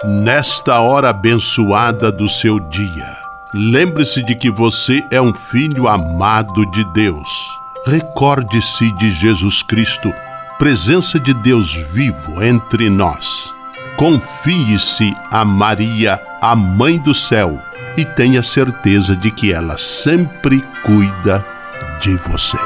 Nesta hora abençoada do seu dia, lembre-se de que você é um filho amado de Deus. Recorde-se de Jesus Cristo, presença de Deus vivo entre nós. Confie-se a Maria, a Mãe do Céu, e tenha certeza de que ela sempre cuida de você.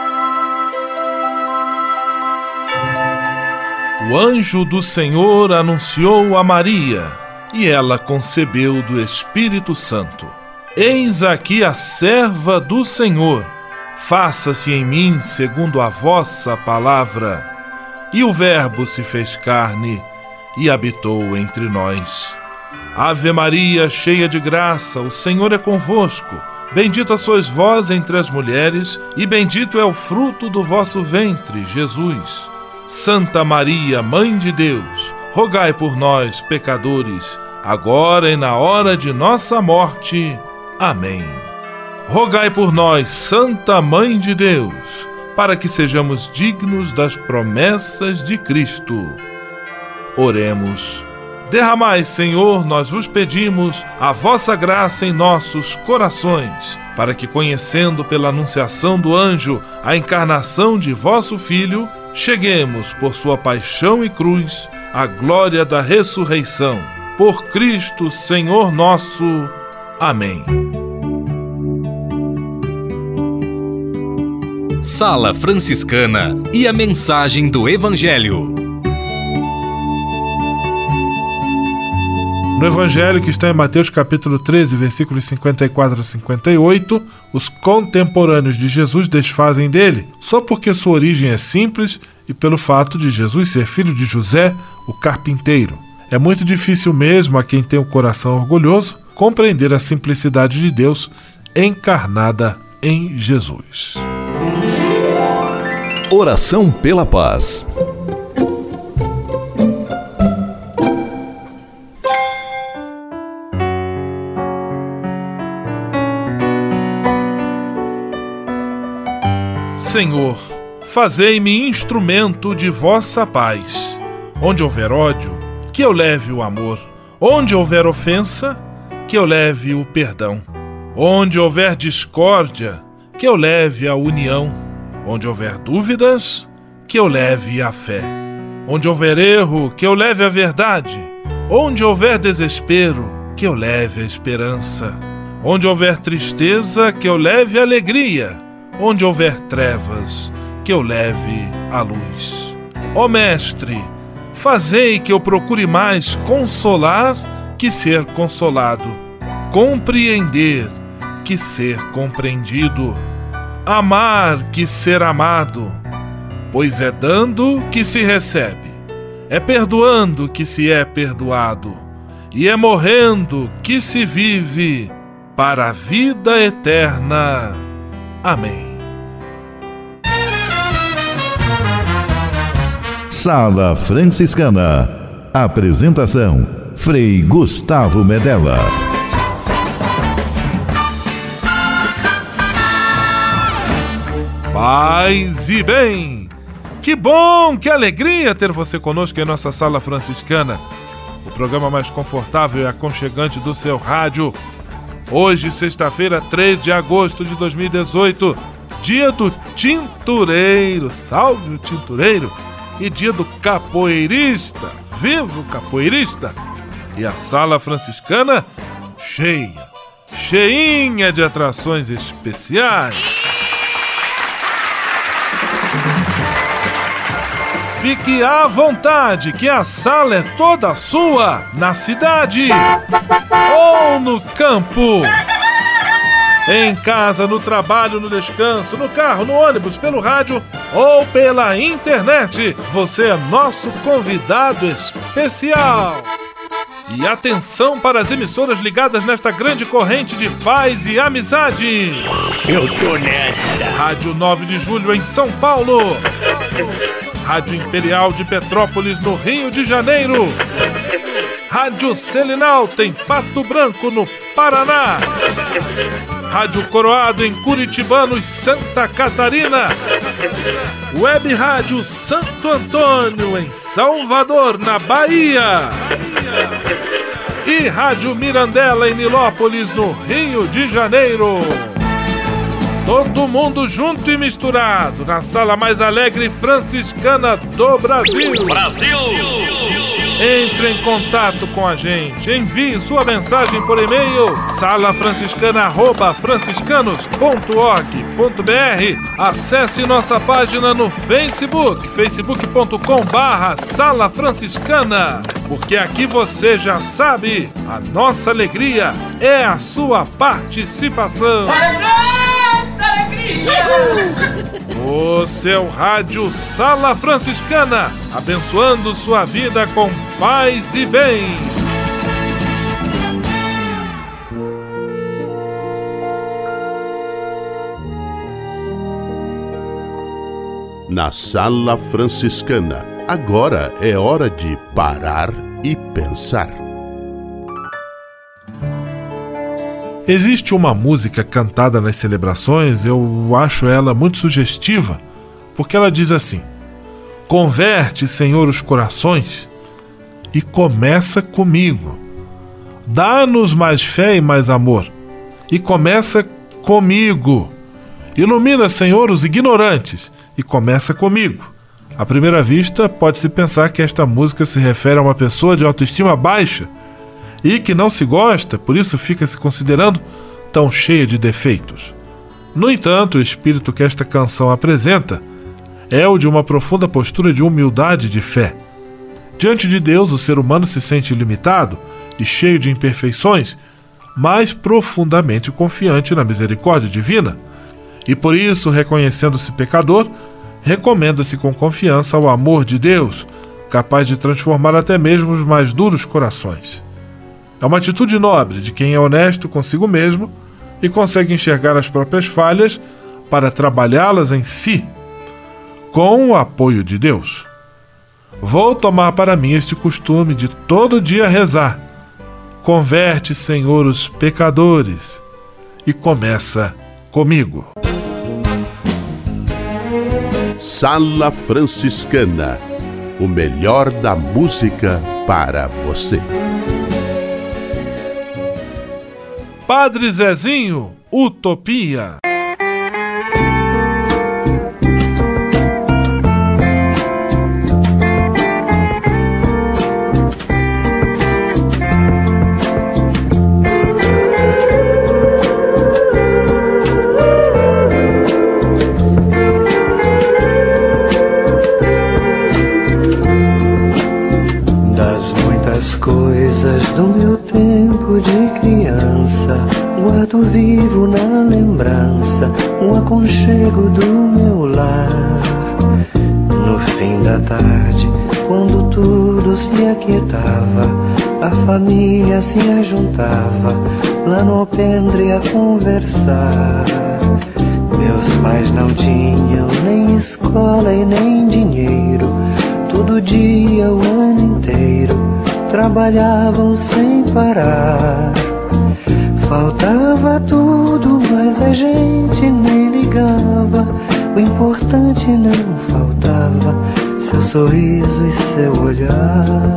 O anjo do Senhor anunciou a Maria, e ela concebeu do Espírito Santo. Eis aqui a serva do Senhor, faça-se em mim segundo a vossa palavra. E o Verbo se fez carne e habitou entre nós. Ave Maria, cheia de graça, o Senhor é convosco. Bendita sois vós entre as mulheres, e bendito é o fruto do vosso ventre, Jesus. Santa Maria, Mãe de Deus, rogai por nós, pecadores, agora e na hora de nossa morte. Amém. Rogai por nós, Santa Mãe de Deus, para que sejamos dignos das promessas de Cristo. Oremos. Derramai, Senhor, nós vos pedimos, a vossa graça em nossos corações, para que, conhecendo pela anunciação do anjo a encarnação de vosso Filho, cheguemos, por sua paixão e cruz, à glória da ressurreição. Por Cristo, Senhor nosso. Amém. Sala Franciscana e a mensagem do Evangelho. No Evangelho, que está em Mateus capítulo 13, versículos 54 a 58, os contemporâneos de Jesus desfazem dele, só porque sua origem é simples e pelo fato de Jesus ser filho de José, o carpinteiro. É muito difícil mesmo a quem tem o coração orgulhoso compreender a simplicidade de Deus encarnada em Jesus. Oração pela paz. Senhor, fazei-me instrumento de vossa paz. Onde houver ódio, que eu leve o amor. Onde houver ofensa, que eu leve o perdão. Onde houver discórdia, que eu leve a união. Onde houver dúvidas, que eu leve a fé. Onde houver erro, que eu leve a verdade. Onde houver desespero, que eu leve a esperança. Onde houver tristeza, que eu leve a alegria. Onde houver trevas, que eu leve a luz. Ó Mestre, fazei que eu procure mais consolar que ser consolado, compreender que ser compreendido, amar que ser amado, pois é dando que se recebe, é perdoando que se é perdoado, e é morrendo que se vive para a vida eterna. Amém. Sala Franciscana. Apresentação: Frei Gustavo Medella. Paz e bem! Que bom, que alegria ter você conosco em nossa Sala Franciscana, o programa mais confortável e aconchegante do seu rádio. Hoje, sexta-feira, 3 de agosto de 2018, dia do tintureiro, salve o tintureiro, e dia do capoeirista, viva o capoeirista! E a Sala Franciscana cheinha de atrações especiais. Fique à vontade, que a sala é toda sua, na cidade ou no campo, em casa, no trabalho, no descanso, no carro, no ônibus, pelo rádio ou pela internet. Você é nosso convidado especial. E atenção para as emissoras ligadas nesta grande corrente de paz e amizade. Eu tô nessa. Rádio 9 de Julho em São Paulo. Rádio Imperial de Petrópolis, no Rio de Janeiro. Rádio Selinalta em Pato Branco, no Paraná. Rádio Coroado em Curitibano e Santa Catarina. Web Rádio Santo Antônio em Salvador, na Bahia. e Rádio Mirandela em Nilópolis, no Rio de Janeiro. Todo mundo junto e misturado na sala mais alegre franciscana do Brasil. Entre em contato com a gente. Envie sua mensagem por e-mail salafranciscana@franciscanos.org.br. Acesse nossa página no Facebook, facebook.com/Sala Franciscana. Porque aqui você já sabe, a nossa alegria é a sua participação. O seu rádio Sala Franciscana, abençoando sua vida com paz e bem. Na Sala Franciscana, agora é hora de parar e pensar. Existe uma música cantada nas celebrações, eu acho ela muito sugestiva, porque ela diz assim: converte, Senhor, os corações e começa comigo. Dá-nos mais fé e mais amor e começa comigo. Ilumina, Senhor, os ignorantes e começa comigo. À primeira vista, pode-se pensar que esta música se refere a uma pessoa de autoestima baixa e que não se gosta, por isso fica se considerando tão cheia de defeitos. No entanto, o espírito que esta canção apresenta é o de uma profunda postura de humildade e de fé. Diante de Deus, o ser humano se sente limitado e cheio de imperfeições, mas profundamente confiante na misericórdia divina. E por isso, reconhecendo-se pecador, recomenda-se com confiança ao amor de Deus, capaz de transformar até mesmo os mais duros corações. É uma atitude nobre de quem é honesto consigo mesmo e consegue enxergar as próprias falhas para trabalhá-las em si, com o apoio de Deus. Vou tomar para mim este costume de todo dia rezar: converte, Senhor, os pecadores, e começa comigo. Sala Franciscana, o melhor da música para você. Padre Zezinho, Utopia. Das muitas coisas do meu tempo de criança, guardo vivo na lembrança o aconchego do meu lar. No fim da tarde, quando tudo se aquietava, a família se ajuntava lá no alpendre a conversar. Meus pais não tinham nem escola e nem dinheiro, todo dia, o ano inteiro, trabalhavam sem parar. Faltava tudo, mas a gente nem ligava. O importante não faltava, seu sorriso e seu olhar.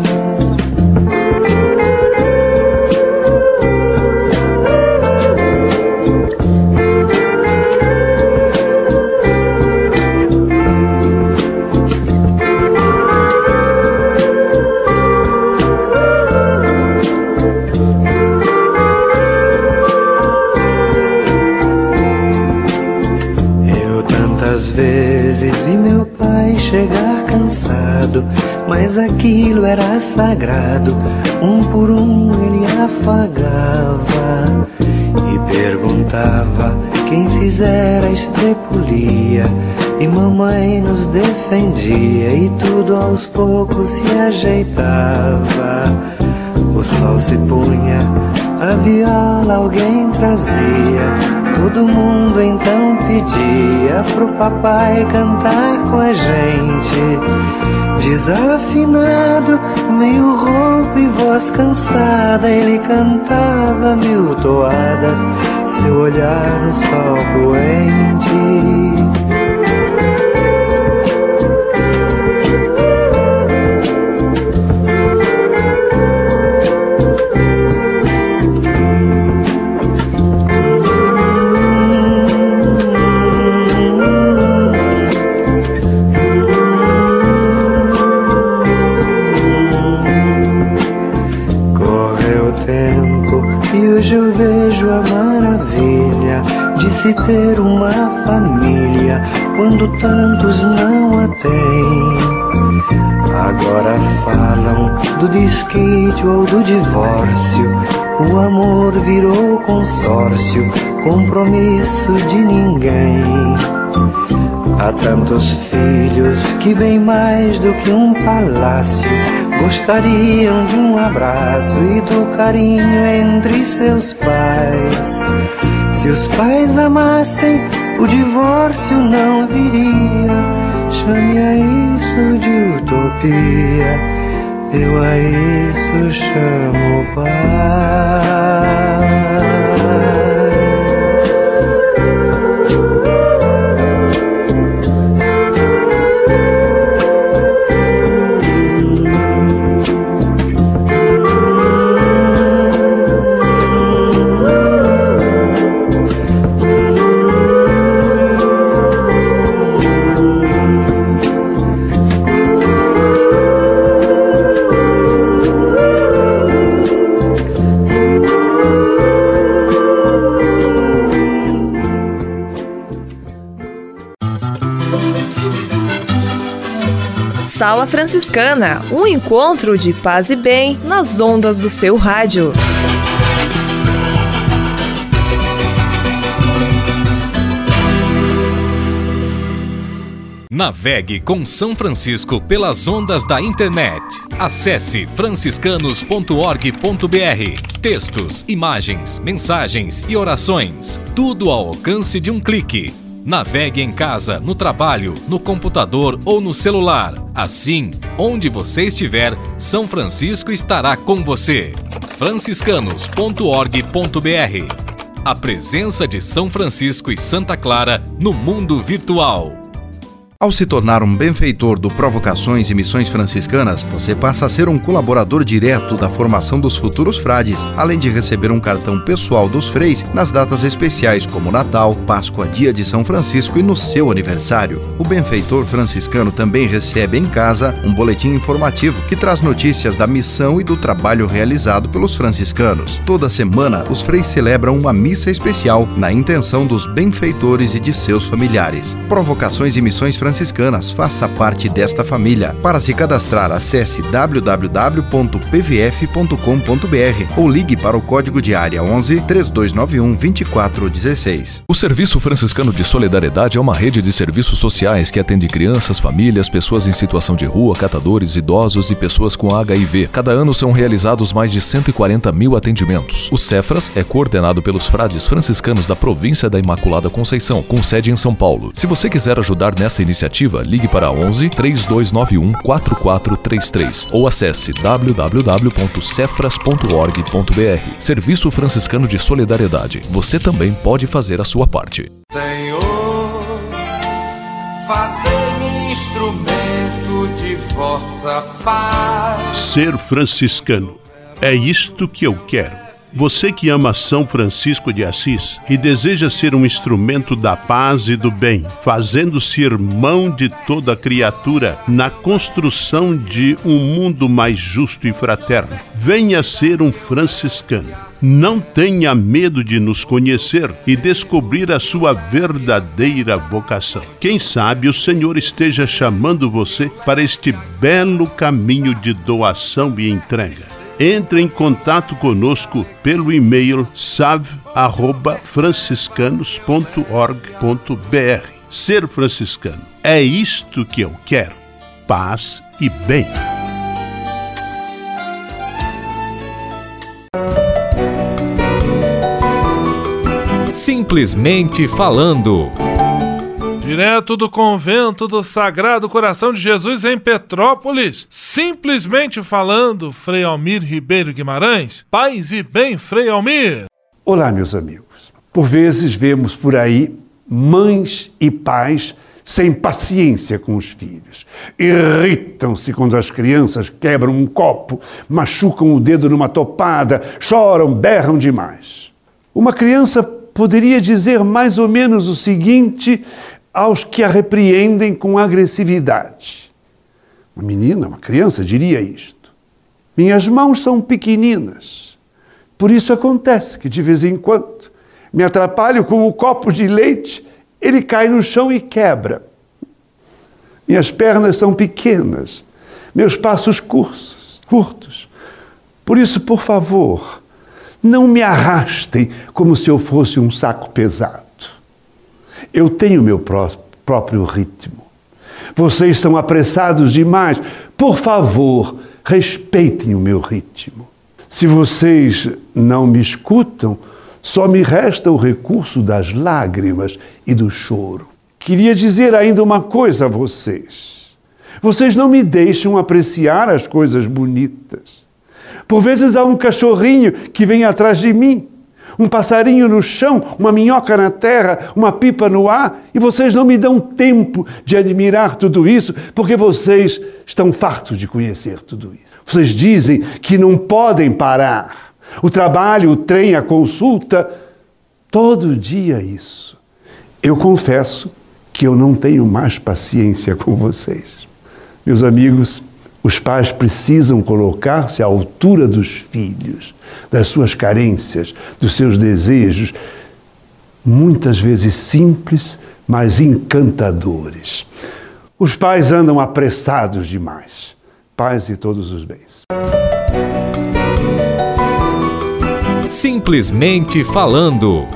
Às vezes vi meu pai chegar cansado, mas aquilo era sagrado. Um por um ele afagava e perguntava quem fizera a estrepulia. E mamãe nos defendia e tudo aos poucos se ajeitava. O sol se punha, a viola alguém trazia. Todo mundo então pedia pro papai cantar com a gente. Desafinado, meio rouco e voz cansada, ele cantava 1000 toadas, seu olhar no sol poente. se ter uma família quando tantos não a têm. Agora falam do desquite ou do divórcio. O amor virou consórcio, compromisso de ninguém. Há tantos filhos que bem mais do que um palácio gostariam de um abraço e do carinho entre seus pais. Se os pais amassem, o divórcio não viria. Chame a isso de utopia, eu a isso chamo paz. Sala Franciscana, um encontro de paz e bem nas ondas do seu rádio. Navegue com São Francisco pelas ondas da internet. Acesse franciscanos.org.br. Textos, imagens, mensagens e orações. Tudo ao alcance de um clique. Navegue em casa, no trabalho, no computador ou no celular. Assim, onde você estiver, São Francisco estará com você. franciscanos.org.br. A presença de São Francisco e Santa Clara no mundo virtual. Ao se tornar um benfeitor do Provocações e Missões Franciscanas, você passa a ser um colaborador direto da formação dos futuros frades, além de receber um cartão pessoal dos freis nas datas especiais como Natal, Páscoa, Dia de São Francisco e no seu aniversário. O benfeitor franciscano também recebe em casa um boletim informativo que traz notícias da missão e do trabalho realizado pelos franciscanos. Toda semana, os freis celebram uma missa especial na intenção dos benfeitores e de seus familiares. Provocações e Missões Franciscanas, faça parte desta família. Para se cadastrar, acesse www.pvf.com.br ou ligue para o código de área 11 3291 2416. O Serviço Franciscano de Solidariedade é uma rede de serviços sociais que atende crianças, famílias, pessoas em situação de rua, catadores, idosos e pessoas com HIV. Cada ano são realizados mais de 140 mil atendimentos. O Cefras é coordenado pelos frades franciscanos da província da Imaculada Conceição, com sede em São Paulo. Se você quiser ajudar nessa iniciativa, ligue para 11 3291 4433 ou acesse www.cefras.org.br. Serviço Franciscano de Solidariedade. Você também pode fazer a sua parte. Senhor, fazei-me instrumento de vossa paz. Ser franciscano, é isto que eu quero. Você que ama São Francisco de Assis e deseja ser um instrumento da paz e do bem, fazendo-se irmão de toda criatura na construção de um mundo mais justo e fraterno, venha ser um franciscano. Não tenha medo de nos conhecer e descobrir a sua verdadeira vocação. Quem sabe o Senhor esteja chamando você para este belo caminho de doação e entrega. Entre em contato conosco pelo e-mail save@franciscanos.org.br. Ser franciscano, é isto que eu quero. Paz e bem. Simplesmente falando. Direto do convento do Sagrado Coração de Jesus em Petrópolis, simplesmente falando, Frei Almir Ribeiro Guimarães. Paz e bem, Frei Almir. Olá, meus amigos. Por vezes vemos por aí mães e pais sem paciência com os filhos. Irritam-se quando as crianças quebram um copo, machucam o dedo numa topada, choram, berram demais. Uma criança poderia dizer mais ou menos o seguinte aos que a repreendem com agressividade. Uma menina, uma criança diria isto: minhas mãos são pequeninas, por isso acontece que de vez em quando Me atrapalho com o copo de leite, ele cai no chão e quebra. Minhas pernas são pequenas, meus passos curtos. Por isso, por favor, não me arrastem como se eu fosse um saco pesado. Eu tenho meu próprio ritmo. Vocês são apressados demais. Por favor, respeitem o meu ritmo. Se vocês não me escutam, só me resta o recurso das lágrimas e do choro. Queria dizer ainda uma coisa a vocês. Vocês não me deixam apreciar as coisas bonitas. Por vezes há um cachorrinho que vem atrás de mim, um passarinho no chão, uma minhoca na terra, uma pipa no ar, e vocês não me dão tempo de admirar tudo isso, porque vocês estão fartos de conhecer tudo isso. Vocês dizem que não podem parar. O trabalho, o trem, a consulta, todo dia isso. Eu confesso que eu não tenho mais paciência com vocês. Meus amigos, os pais precisam colocar-se à altura dos filhos, das suas carências, dos seus desejos, muitas vezes simples, mas encantadores. Os pais andam apressados demais. Paz e todos os bens. Simplesmente falando.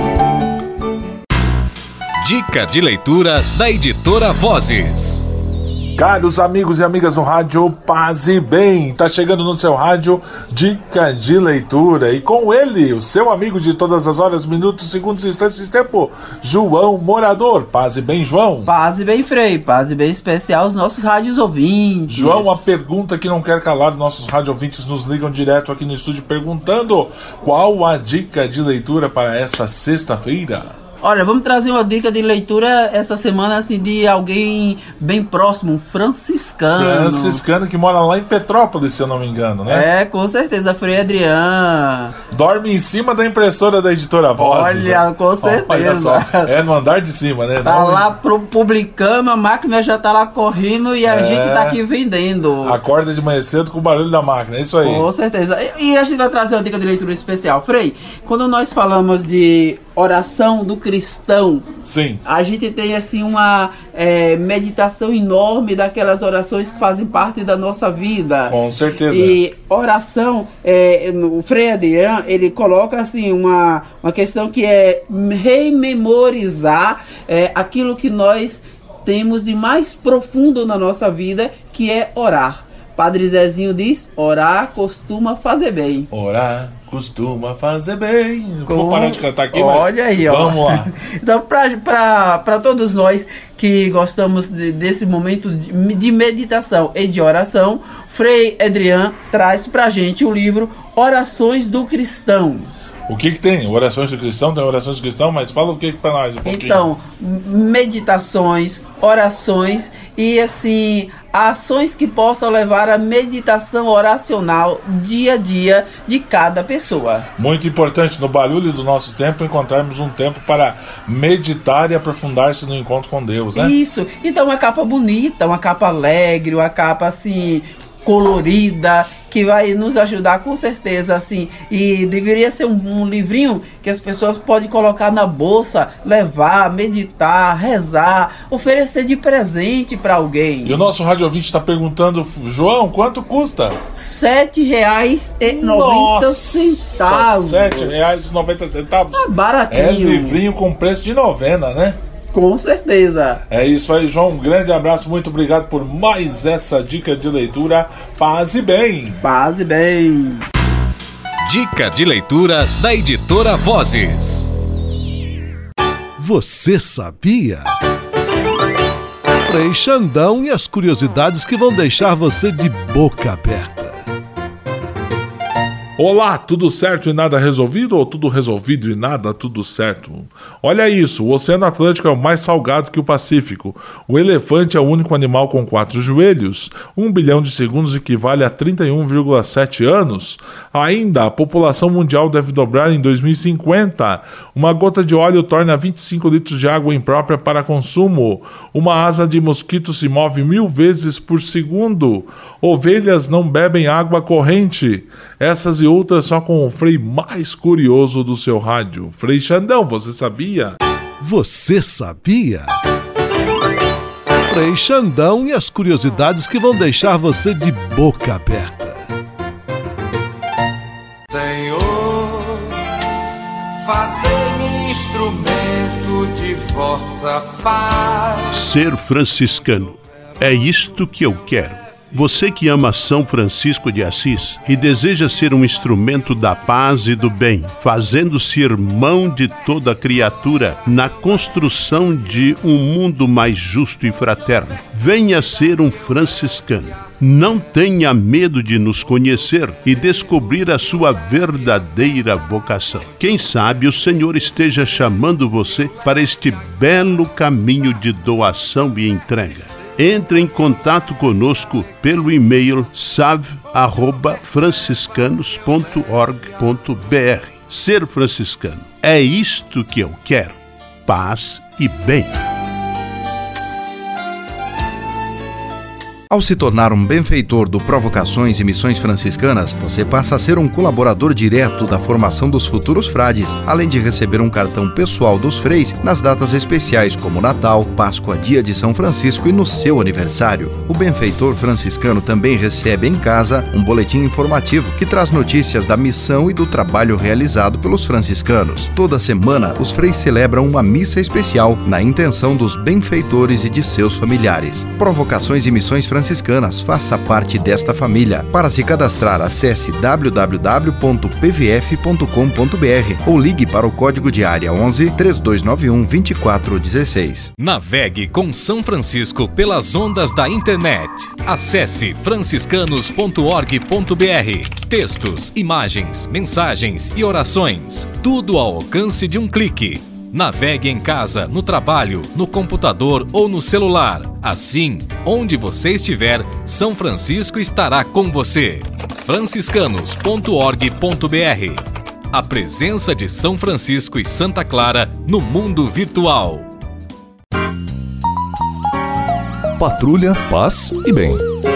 Dica de leitura da Editora Vozes. Caros amigos e amigas do rádio Paz e Bem, tá chegando no seu rádio Dica de Leitura, e com ele, o seu amigo de todas as horas, minutos, segundos e instantes de tempo, João Morador. Paz e Bem, João. Paz e Bem, Frei. Paz e Bem especial aos nossos rádios ouvintes. João, a pergunta que não quer calar, nossos rádio ouvintes nos ligam direto aqui no estúdio perguntando qual a dica de leitura para esta sexta-feira. Olha, vamos trazer uma dica de leitura essa semana, assim, de alguém bem próximo, um franciscano. Franciscano que mora lá em Petrópolis, se eu não me engano, né? É, com certeza, Frei Adrian. Dorme em cima da impressora da Editora Vozes. Olha, com certeza. Olha só, é no andar de cima, né? Tá lá publicando, a máquina já tá lá correndo e a gente tá aqui vendendo. Acorda de manhã cedo com o barulho da máquina, é isso aí. Com certeza. E a gente vai trazer uma dica de leitura especial. Frei, quando nós falamos de oração do cristão, sim, a gente tem assim uma meditação enorme daquelas orações que fazem parte da nossa vida. Com certeza. E oração, o Frei Adrian, ele coloca assim uma questão que é rememorizar aquilo que nós temos de mais profundo na nossa vida, que é orar. Padre Zezinho diz: orar costuma fazer bem. Orar costuma fazer bem. Vou parar de cantar aqui, olha mas aí, ó. Vamos lá. Então, para todos nós que gostamos desse momento de meditação e de oração, Frei Adrian traz pra gente o livro Orações do Cristão. O que tem? Orações do Cristão? Tem orações do Cristão, mas fala o que para nós um pouquinho. Então, meditações, orações e assim, ações que possam levar a meditação oracional dia a dia de cada pessoa. Muito importante, no barulho do nosso tempo, encontrarmos um tempo para meditar e aprofundar-se no encontro com Deus, né? Isso. Então, uma capa bonita, uma capa alegre, uma capa assim colorida, que vai nos ajudar com certeza, assim, e deveria ser um livrinho que as pessoas podem colocar na bolsa, levar, meditar, rezar, oferecer de presente para alguém. E o nosso rádio ouvinte está perguntando: João, quanto custa? R$ 7,90. Nossa, R$ 7,90. Tá baratinho. É livrinho com preço de novena, né? Com certeza. É isso aí, João. Um grande abraço, muito obrigado por mais essa dica de leitura. Paz e bem. Paz e bem. Dica de leitura da Editora Vozes. Você sabia? Frei Xandão e as curiosidades que vão deixar você de boca aberta. Olá, tudo certo e nada resolvido, ou tudo resolvido e nada tudo certo? Olha isso, o Oceano Atlântico é o mais salgado que o Pacífico. O elefante é o único animal com 4 joelhos. 1 bilhão de segundos equivale a 31,7 anos. Ainda, a população mundial deve dobrar em 2050. Uma gota de óleo torna 25 litros de água imprópria para consumo. Uma asa de mosquito se move 1000 vezes por segundo. Ovelhas não bebem água corrente. Essas e outras só com o Frei mais curioso do seu rádio. Frei Xandão, você sabia? Você sabia? Frei Xandão e as curiosidades que vão deixar você de boca aberta. Senhor, fazei-me instrumento de vossa paz. Ser franciscano, é isto que eu quero. Você que ama São Francisco de Assis e deseja ser um instrumento da paz e do bem, fazendo-se irmão de toda criatura na construção de um mundo mais justo e fraterno, venha ser um franciscano. Não tenha medo de nos conhecer e descobrir a sua verdadeira vocação. Quem sabe o Senhor esteja chamando você para este belo caminho de doação e entrega. Entre em contato conosco pelo e-mail save@franciscanos.org.br. Ser franciscano, é isto que eu quero. Paz e bem. Ao se tornar um benfeitor do Provocações e Missões Franciscanas, você passa a ser um colaborador direto da formação dos futuros frades, além de receber um cartão pessoal dos freis nas datas especiais como Natal, Páscoa, Dia de São Francisco e no seu aniversário. O benfeitor franciscano também recebe em casa um boletim informativo que traz notícias da missão e do trabalho realizado pelos franciscanos. Toda semana, os freis celebram uma missa especial na intenção dos benfeitores e de seus familiares. Provocações e Missões Franciscanas, faça parte desta família. Para se cadastrar, acesse www.pvf.com.br ou ligue para o código de área 11 3291 2416. Navegue com São Francisco pelas ondas da internet. Acesse franciscanos.org.br. Textos, imagens, mensagens e orações. Tudo ao alcance de um clique. Navegue em casa, no trabalho, no computador ou no celular. Assim, onde você estiver, São Francisco estará com você. franciscanos.org.br. A presença de São Francisco e Santa Clara no mundo virtual. Patrulha, paz e bem.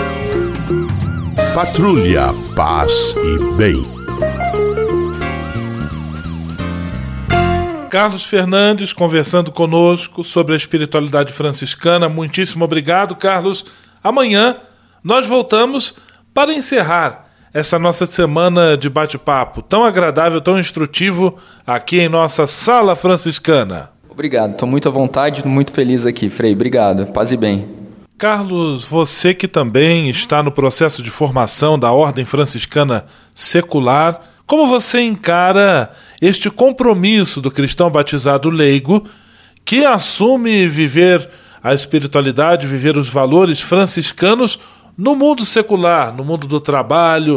Patrulha, paz e bem. Carlos Fernandes conversando conosco sobre a espiritualidade franciscana. Muitíssimo obrigado, Carlos. Amanhã nós voltamos para encerrar essa nossa semana de bate-papo tão agradável, tão instrutivo aqui em nossa Sala Franciscana. Obrigado, estou muito à vontade, muito feliz aqui, Frei. Obrigado, paz e bem. Carlos, você que também está no processo de formação da Ordem Franciscana Secular, como você encara este compromisso do cristão batizado leigo que assume viver a espiritualidade, viver os valores franciscanos no mundo secular, no mundo do trabalho,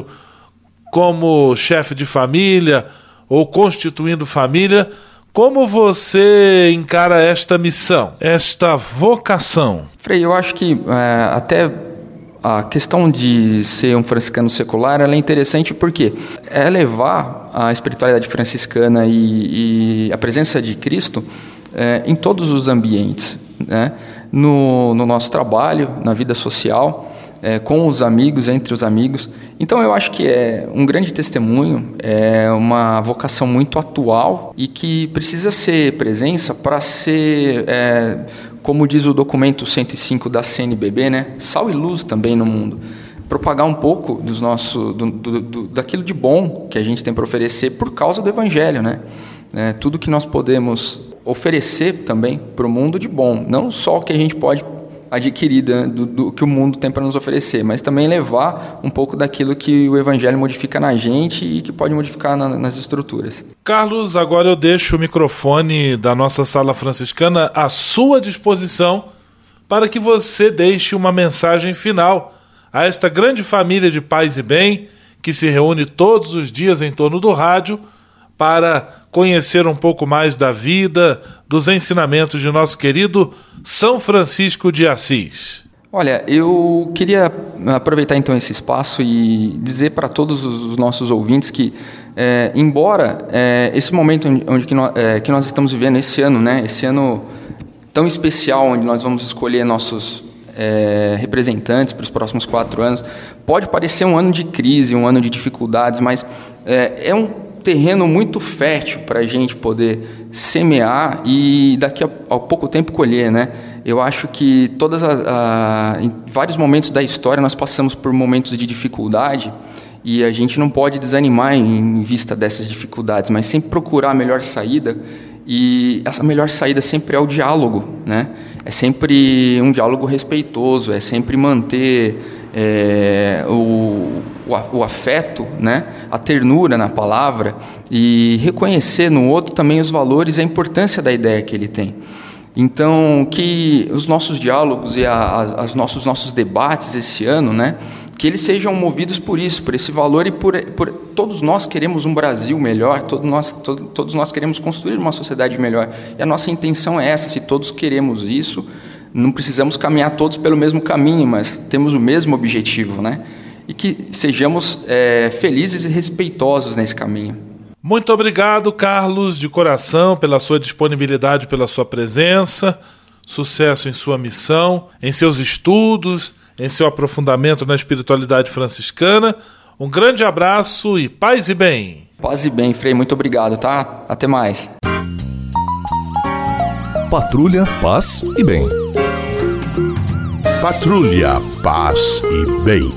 como chefe de família ou constituindo família? Como você encara esta missão, esta vocação? Frei, eu acho que até a questão de ser um franciscano secular ela é interessante porque é levar a espiritualidade franciscana e a presença de Cristo em todos os ambientes, né? No nosso trabalho, na vida social, com os amigos, entre os amigos. Então eu acho que é um grande testemunho, é uma vocação muito atual e que precisa ser presença para ser, como diz o documento 105 da CNBB, né, sal e luz também no mundo. Propagar um pouco dos daquilo de bom que a gente tem para oferecer por causa do Evangelho, né? Tudo que nós podemos oferecer também para o mundo de bom, não só o que a gente pode adquirir do que o mundo tem para nos oferecer, mas também levar um pouco daquilo que o Evangelho modifica na gente e que pode modificar nas estruturas. Carlos, agora eu deixo o microfone da nossa Sala Franciscana à sua disposição para que você deixe uma mensagem final a esta grande família de paz e bem que se reúne todos os dias em torno do rádio para conhecer um pouco mais da vida, dos ensinamentos de nosso querido São Francisco de Assis. Olha, eu queria aproveitar então esse espaço e dizer para todos os nossos ouvintes que, embora esse momento que nós estamos vivendo esse ano, né, esse ano tão especial, onde nós vamos escolher nossos representantes para os próximos 4 anos. Pode parecer um ano de crise, um ano de dificuldades, mas é um terreno muito fértil para a gente poder semear e daqui a pouco tempo colher, né? Eu acho que em vários momentos da história nós passamos por momentos de dificuldade e a gente não pode desanimar em vista dessas dificuldades, mas sempre procurar a melhor saída, e essa melhor saída sempre é o diálogo, né? É sempre um diálogo respeitoso, é sempre manter o afeto, né? A ternura na palavra e reconhecer no outro também os valores e a importância da ideia que ele tem. Então, que os nossos diálogos e os nossos debates esse ano, né, que eles sejam movidos por isso, por esse valor e por todos nós queremos um Brasil melhor, todos nós queremos construir uma sociedade melhor. E a nossa intenção é essa, se todos queremos isso, não precisamos caminhar todos pelo mesmo caminho, mas temos o mesmo objetivo, né? E que sejamos felizes e respeitosos nesse caminho. Muito obrigado, Carlos, de coração, pela sua disponibilidade, pela sua presença. Sucesso em sua missão, em seus estudos, em seu aprofundamento na espiritualidade franciscana. Um grande abraço e paz e bem. Paz e bem, Frei. Muito obrigado, tá? Até mais. Patrulha, paz e bem. Patrulha, paz e bem.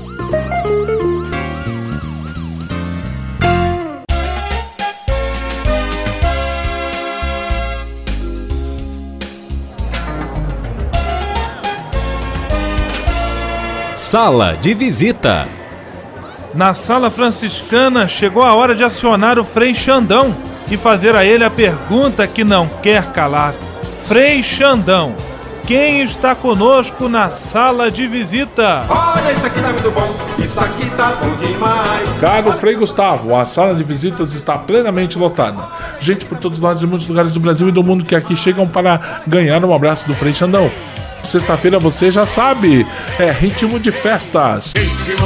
Sala de visita. Na sala franciscana chegou a hora de acionar o Frei Xandão e fazer a ele a pergunta que não quer calar. Frei Xandão, quem está conosco na sala de visita? Olha, isso aqui tá muito bom, isso aqui tá bom demais. Caro Frei Gustavo, a sala de visitas está plenamente lotada. Gente por todos os lados e muitos lugares do Brasil e do mundo que aqui chegam para ganhar um abraço do Frei Xandão. Sexta-feira você já sabe, é ritmo de festas. Ritmo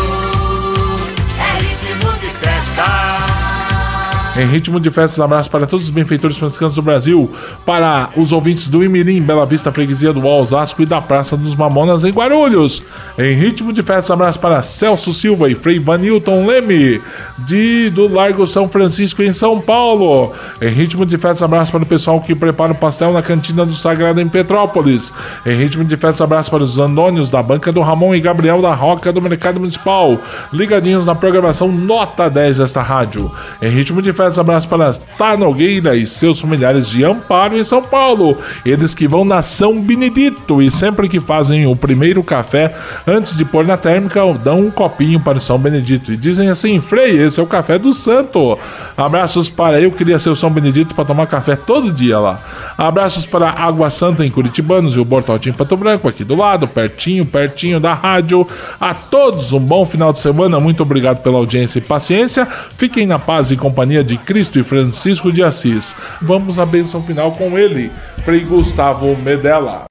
de festa. Em ritmo de festas, abraço para todos os benfeitores franciscanos do Brasil, para os ouvintes do Imirim, Bela Vista, Freguesia do Osasco e da Praça dos Mamonas em Guarulhos. Em ritmo de festas, abraço para Celso Silva e Frei Vanilton Leme, do Largo São Francisco em São Paulo. Em ritmo de festas, abraço para o pessoal que prepara o pastel na Cantina do Sagrado em Petrópolis. Em ritmo de festas, abraço para os Antônios da Banca do Ramon e Gabriel da Roca do Mercado Municipal, ligadinhos na programação Nota 10 desta rádio. Em ritmo de festas, abraço para Tá Nogueira e seus familiares de Amparo em São Paulo, eles que vão na São Benedito e sempre que fazem o primeiro café antes de pôr na térmica, dão um copinho para o São Benedito e dizem assim: Frei, esse é o café do santo. Abraços para eu queria ser o São Benedito para tomar café todo dia lá. Abraços para Água Santa em Curitibanos e o Bortote em Pato Branco, aqui do lado, pertinho da rádio. A todos um bom final de semana, muito obrigado pela audiência e paciência. Fiquem na paz e companhia de Cristo e Francisco de Assis. Vamos à bênção final com ele, Frei Gustavo Medella.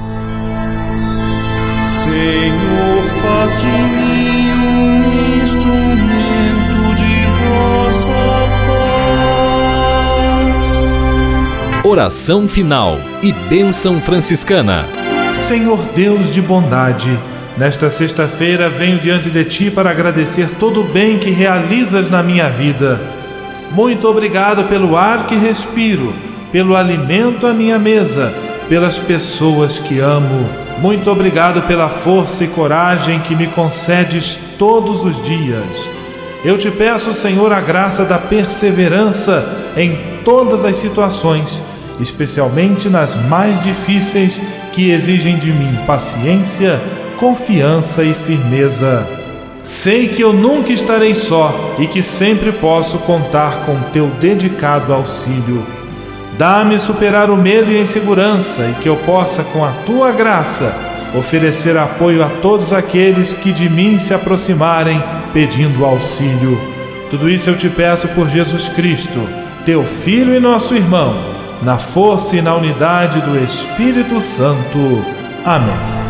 Senhor, faz de mim um instrumento de vossa paz. Oração final e bênção franciscana. Senhor Deus de bondade, nesta sexta-feira venho diante de Ti para agradecer todo o bem que realizas na minha vida. Muito obrigado pelo ar que respiro, pelo alimento à minha mesa, pelas pessoas que amo. Muito obrigado pela força e coragem que me concedes todos os dias. Eu te peço, Senhor, a graça da perseverança em todas as situações, especialmente nas mais difíceis, que exigem de mim paciência, confiança e firmeza. Sei que eu nunca estarei só e que sempre posso contar com teu dedicado auxílio. Dá-me superar o medo e a insegurança e que eu possa, com a tua graça, oferecer apoio a todos aqueles que de mim se aproximarem pedindo auxílio. Tudo isso eu te peço por Jesus Cristo, teu Filho e nosso irmão, na força e na unidade do Espírito Santo. Amém.